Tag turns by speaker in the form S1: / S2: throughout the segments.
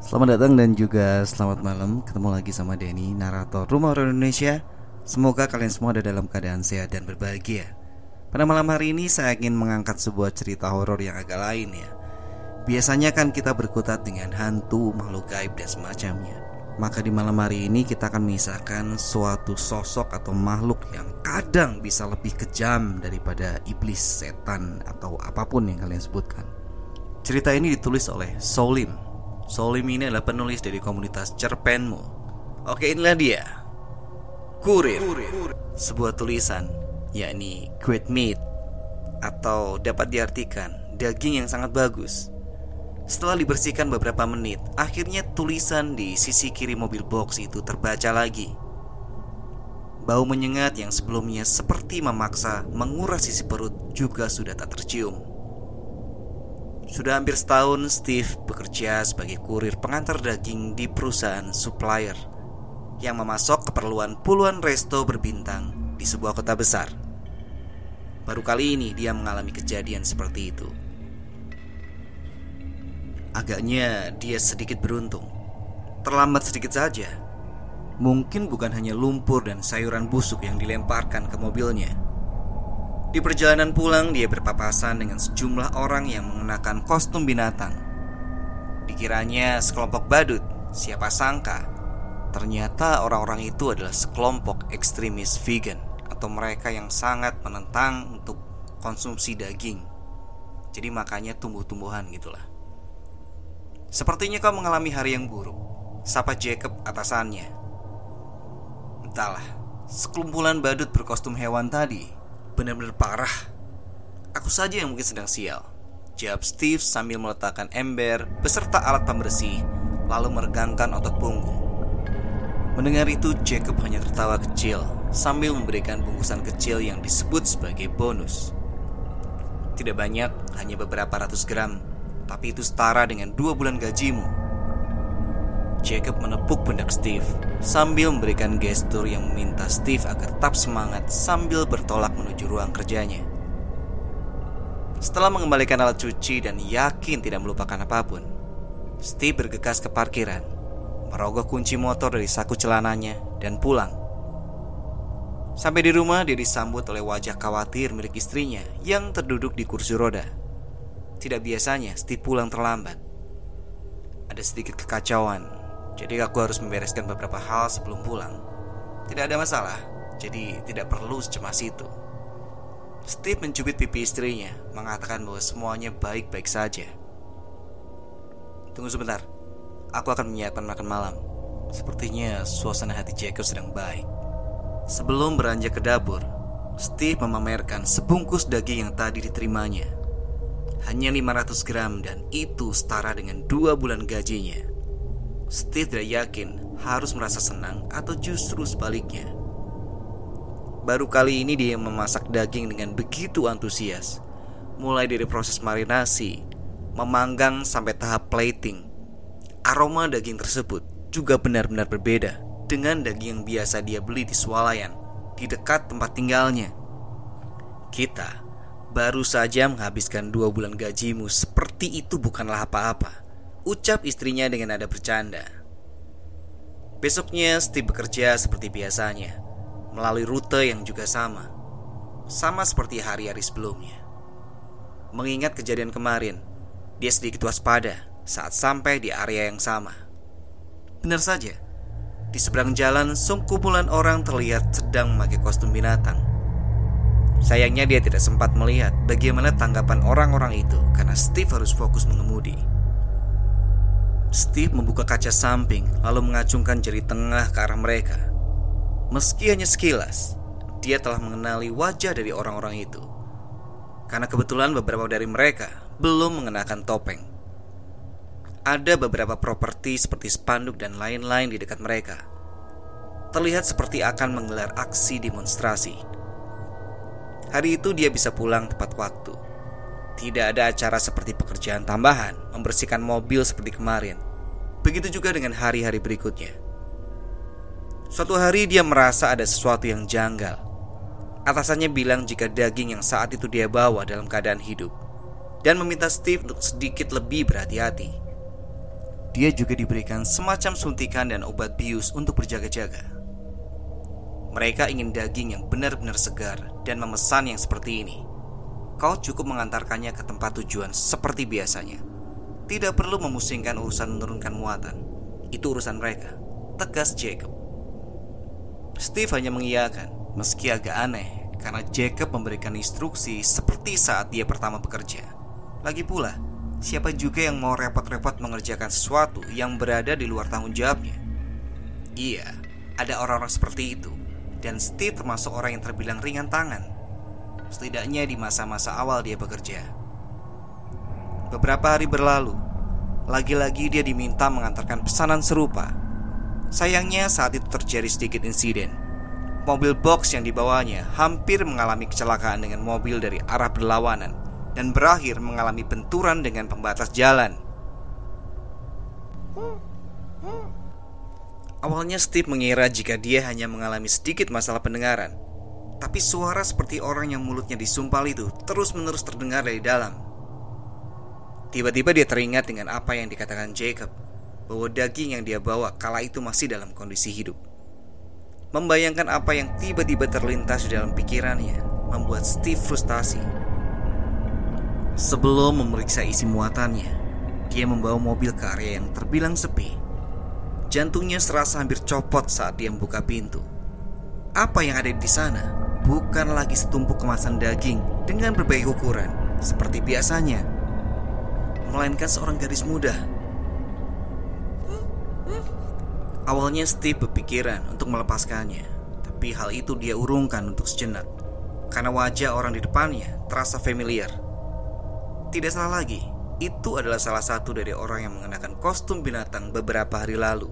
S1: Selamat datang dan juga selamat malam. Ketemu lagi sama Denny, narator Rumah Horor Indonesia. Semoga kalian semua ada dalam keadaan sehat dan berbahagia. Pada malam hari ini saya ingin mengangkat sebuah cerita horor yang agak lain ya. Biasanya kan kita berkutat dengan hantu, makhluk gaib dan semacamnya. Maka di malam hari ini kita akan mengisahkan suatu sosok atau makhluk yang kadang bisa lebih kejam daripada iblis, setan, atau apapun yang kalian sebutkan. Cerita ini ditulis oleh Solim. Solim ini adalah penulis dari komunitas Cerpenmu. Oke, inilah dia. Kurir. Sebuah tulisan, yakni great meat, atau dapat diartikan daging yang sangat bagus. Setelah dibersihkan beberapa menit, akhirnya tulisan di sisi kiri mobil box itu terbaca lagi. Bau menyengat yang sebelumnya seperti memaksa menguras sisi perut juga sudah tak tercium. Sudah hampir setahun Steve bekerja sebagai kurir pengantar daging di perusahaan supplier yang memasok keperluan puluhan resto berbintang di sebuah kota besar. Baru kali ini dia mengalami kejadian seperti itu. Agaknya dia sedikit beruntung. Terlambat sedikit saja. Mungkin bukan hanya lumpur dan sayuran busuk yang dilemparkan ke mobilnya. Di perjalanan pulang dia berpapasan dengan sejumlah orang yang mengenakan kostum binatang. Dikiranya sekelompok badut, siapa sangka ternyata orang-orang itu adalah sekelompok ekstremis vegan, atau mereka yang sangat menentang untuk konsumsi daging. Jadi makanya tumbuh-tumbuhan gitulah. Sepertinya kau mengalami hari yang buruk, sapa Jacob atasannya. Entahlah, sekelumpulan badut berkostum hewan tadi benar-benar parah. Aku saja yang mungkin sedang sial, jawab Steve sambil meletakkan ember beserta alat pembersih, lalu meregangkan otot punggung. Mendengar itu, Jacob hanya tertawa kecil sambil memberikan bungkusan kecil yang disebut sebagai bonus. Tidak banyak, hanya beberapa ratus gram, tapi itu setara dengan 2 bulan gajimu. Jacob menepuk pundak Steve sambil memberikan gestur yang meminta Steve agar tetap semangat sambil bertolak menuju ruang kerjanya. Setelah mengembalikan alat cuci dan yakin tidak melupakan apapun, Steve bergegas ke parkiran, merogoh kunci motor dari saku celananya dan pulang. Sampai di rumah dia disambut oleh wajah khawatir milik istrinya yang terduduk di kursi roda. Tidak biasanya Steve pulang terlambat. Ada sedikit kekacauan, jadi aku harus membereskan beberapa hal sebelum pulang. Tidak ada masalah, jadi tidak perlu secemas itu. Steve mencubit pipi istrinya, mengatakan bahwa semuanya baik-baik saja. Tunggu sebentar, aku akan menyiapkan makan malam. Sepertinya suasana hati Jacob sedang baik. Sebelum beranjak ke dapur, Steve memamerkan sebungkus daging yang tadi diterimanya. Hanya 500 gram dan itu setara dengan 2 bulan gajinya. Steve tidak yakin harus merasa senang atau justru sebaliknya. Baru kali ini dia memasak daging dengan begitu antusias. Mulai dari proses marinasi, memanggang sampai tahap plating. Aroma daging tersebut juga benar-benar berbeda dengan daging yang biasa dia beli di swalayan di dekat tempat tinggalnya. Kita baru saja menghabiskan 2 bulan gajimu, seperti itu bukanlah apa-apa, ucap istrinya dengan nada bercanda. Besoknya Steve bekerja seperti biasanya, melalui rute yang juga sama seperti hari-hari sebelumnya. Mengingat kejadian kemarin, dia sedikit waspada saat sampai di area yang sama. Benar saja, di seberang jalan sekumpulan orang terlihat sedang memakai kostum binatang. Sayangnya dia tidak sempat melihat bagaimana tanggapan orang-orang itu karena Steve harus fokus mengemudi. Steve membuka kaca samping lalu mengacungkan jari tengah ke arah mereka. Meski hanya sekilas, dia telah mengenali wajah dari orang-orang itu, karena kebetulan beberapa dari mereka belum mengenakan topeng. Ada beberapa properti seperti spanduk dan lain-lain di dekat mereka. Terlihat seperti akan menggelar aksi demonstrasi. Hari itu dia bisa pulang tepat waktu. Tidak ada acara seperti pekerjaan tambahan, membersihkan mobil seperti kemarin. Begitu juga dengan hari-hari berikutnya. Suatu hari dia merasa ada sesuatu yang janggal. Atasannya bilang jika daging yang saat itu dia bawa dalam keadaan hidup, dan meminta Steve untuk sedikit lebih berhati-hati. dia juga diberikan semacam suntikan dan obat bius untuk berjaga-jaga. Mereka ingin daging yang benar-benar segar dan memesan yang seperti ini. Kau cukup mengantarkannya ke tempat tujuan seperti biasanya. Tidak perlu memusingkan urusan menurunkan muatan. Itu urusan mereka, tegas Jacob. Steve hanya mengiyakan, meski agak aneh, karena Jacob memberikan instruksi seperti saat dia pertama bekerja. Lagi pula, siapa juga yang mau repot-repot mengerjakan sesuatu yang berada di luar tanggung jawabnya? Iya, ada orang-orang seperti itu. Dan Steve termasuk orang yang terbilang ringan tangan, setidaknya di masa-masa awal dia bekerja. Beberapa hari berlalu, lagi-lagi dia diminta mengantarkan pesanan serupa. Sayangnya saat itu terjadi sedikit insiden. Mobil box yang dibawanya hampir mengalami kecelakaan dengan mobil dari arah berlawanan dan berakhir mengalami benturan dengan pembatas jalan. Awalnya Steve mengira jika dia hanya mengalami sedikit masalah pendengaran, tapi suara seperti orang yang mulutnya disumpal itu terus-menerus terdengar dari dalam. Tiba-tiba dia teringat dengan apa yang dikatakan Jacob, bahwa daging yang dia bawa kala itu masih dalam kondisi hidup. Membayangkan apa yang tiba-tiba terlintas di dalam pikirannya membuat Steve frustasi. Sebelum memeriksa isi muatannya, dia membawa mobil ke area yang terbilang sepi. Jantungnya serasa hampir copot saat dia membuka pintu. Apa yang ada di sana bukan lagi setumpuk kemasan daging dengan berbagai ukuran seperti biasanya, melainkan seorang gadis muda. Awalnya Steve berpikiran untuk melepaskannya, tapi hal itu dia urungkan untuk sejenak, karena wajah orang di depannya terasa familiar. Tidak salah lagi, itu adalah salah satu dari orang yang mengenakan kostum binatang beberapa hari lalu.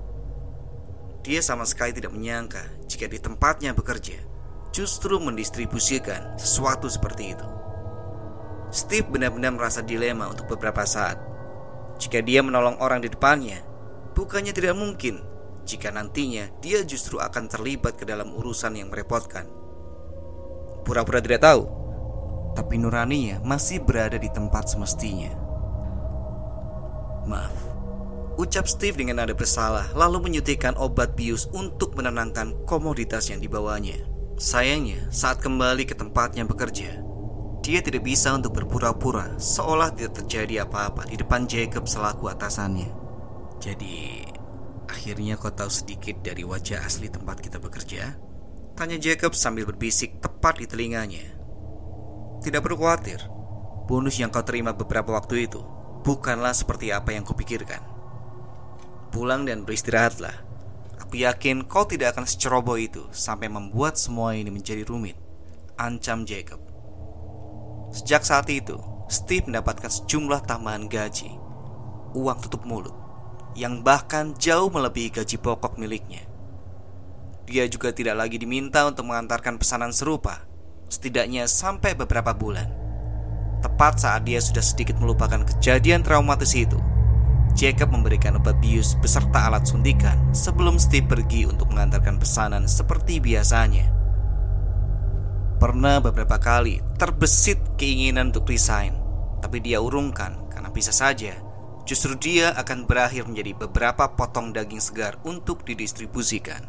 S1: Dia sama sekali tidak menyangka jika di tempatnya bekerja justru mendistribusikan sesuatu seperti itu. Steve benar-benar merasa dilema untuk beberapa saat. Jika dia menolong orang di depannya, bukannya tidak mungkin jika nantinya dia justru akan terlibat ke dalam urusan yang merepotkan. Pura-pura tidak tahu, tapi nuraninya masih berada di tempat semestinya. Maaf, ucap Steve dengan nada bersalah, lalu menyuntikkan obat bius untuk menenangkan komoditas yang dibawanya. Sayangnya, saat kembali ke tempatnya bekerja, dia tidak bisa untuk berpura-pura seolah tidak terjadi apa-apa di depan Jacob selaku atasannya. Jadi, akhirnya kau tahu sedikit dari wajah asli tempat kita bekerja? Tanya Jacob sambil berbisik tepat di telinganya. Tidak perlu khawatir, bonus yang kau terima beberapa waktu itu bukanlah seperti apa yang kupikirkan. Pulang dan beristirahatlah. Aku yakin kau tidak akan seceroboh itu sampai membuat semua ini menjadi rumit, ancam Jacob. Sejak saat itu, Steve mendapatkan sejumlah tambahan gaji, uang tutup mulut, yang bahkan jauh melebihi gaji pokok miliknya. Dia juga tidak lagi diminta untuk mengantarkan pesanan serupa, setidaknya sampai beberapa bulan. Tepat saat dia sudah sedikit melupakan kejadian traumatis itu, Jacob memberikan obat bius beserta alat suntikan sebelum Steve pergi untuk mengantarkan pesanan seperti biasanya. Pernah beberapa kali terbesit keinginan untuk resign, tapi dia urungkan karena bisa saja justru dia akan berakhir menjadi beberapa potong daging segar untuk didistribusikan.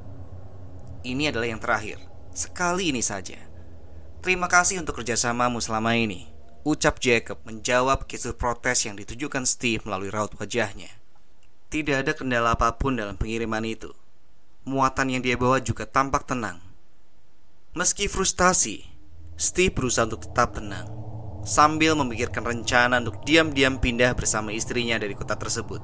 S1: Ini adalah yang terakhir, sekali ini saja. Terima kasih untuk kerjasamamu selama ini, ucap Jacob menjawab kisah protes yang ditujukan Steve melalui raut wajahnya. Tidak ada kendala apapun dalam pengiriman itu. Muatan yang dia bawa juga tampak tenang. Meski frustasi, Steve berusaha untuk tetap tenang, sambil memikirkan rencana untuk diam-diam pindah bersama istrinya dari kota tersebut.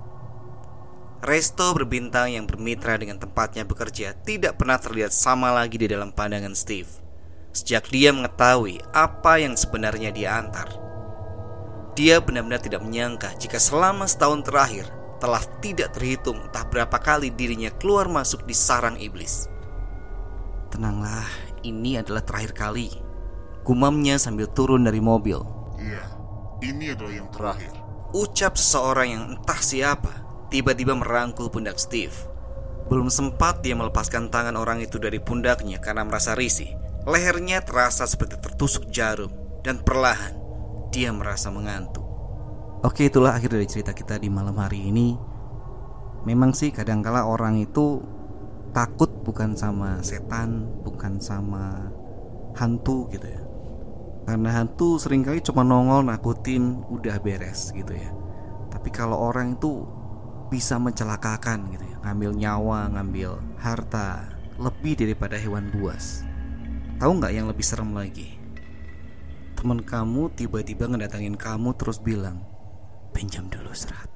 S1: Resto berbintang yang bermitra dengan tempatnya bekerja tidak pernah terlihat sama lagi di dalam pandangan Steve sejak dia mengetahui apa yang sebenarnya dia antar. Dia benar-benar tidak menyangka jika selama setahun terakhir telah tidak terhitung entah berapa kali dirinya keluar masuk di sarang iblis. Tenanglah, ini adalah terakhir kali, gumamnya sambil turun dari mobil.
S2: Iya, ini adalah yang terakhir,
S1: ucap seseorang yang entah siapa tiba-tiba merangkul pundak Steve. Belum sempat dia melepaskan tangan orang itu dari pundaknya karena merasa risih, lehernya terasa seperti tertusuk jarum dan perlahan dia merasa mengantuk. Oke, itulah akhir dari cerita kita di malam hari ini. Memang sih kadangkala orang itu takut bukan sama setan, bukan sama hantu gitu ya. Karena hantu seringkali cuma nongol nakutin udah beres gitu ya. Tapi kalau orang itu bisa mencelakakan gitu ya, ngambil nyawa, ngambil harta, lebih daripada hewan buas. Tahu nggak yang lebih serem lagi? Teman kamu tiba-tiba ngedatangin kamu terus bilang, pinjam dulu 100.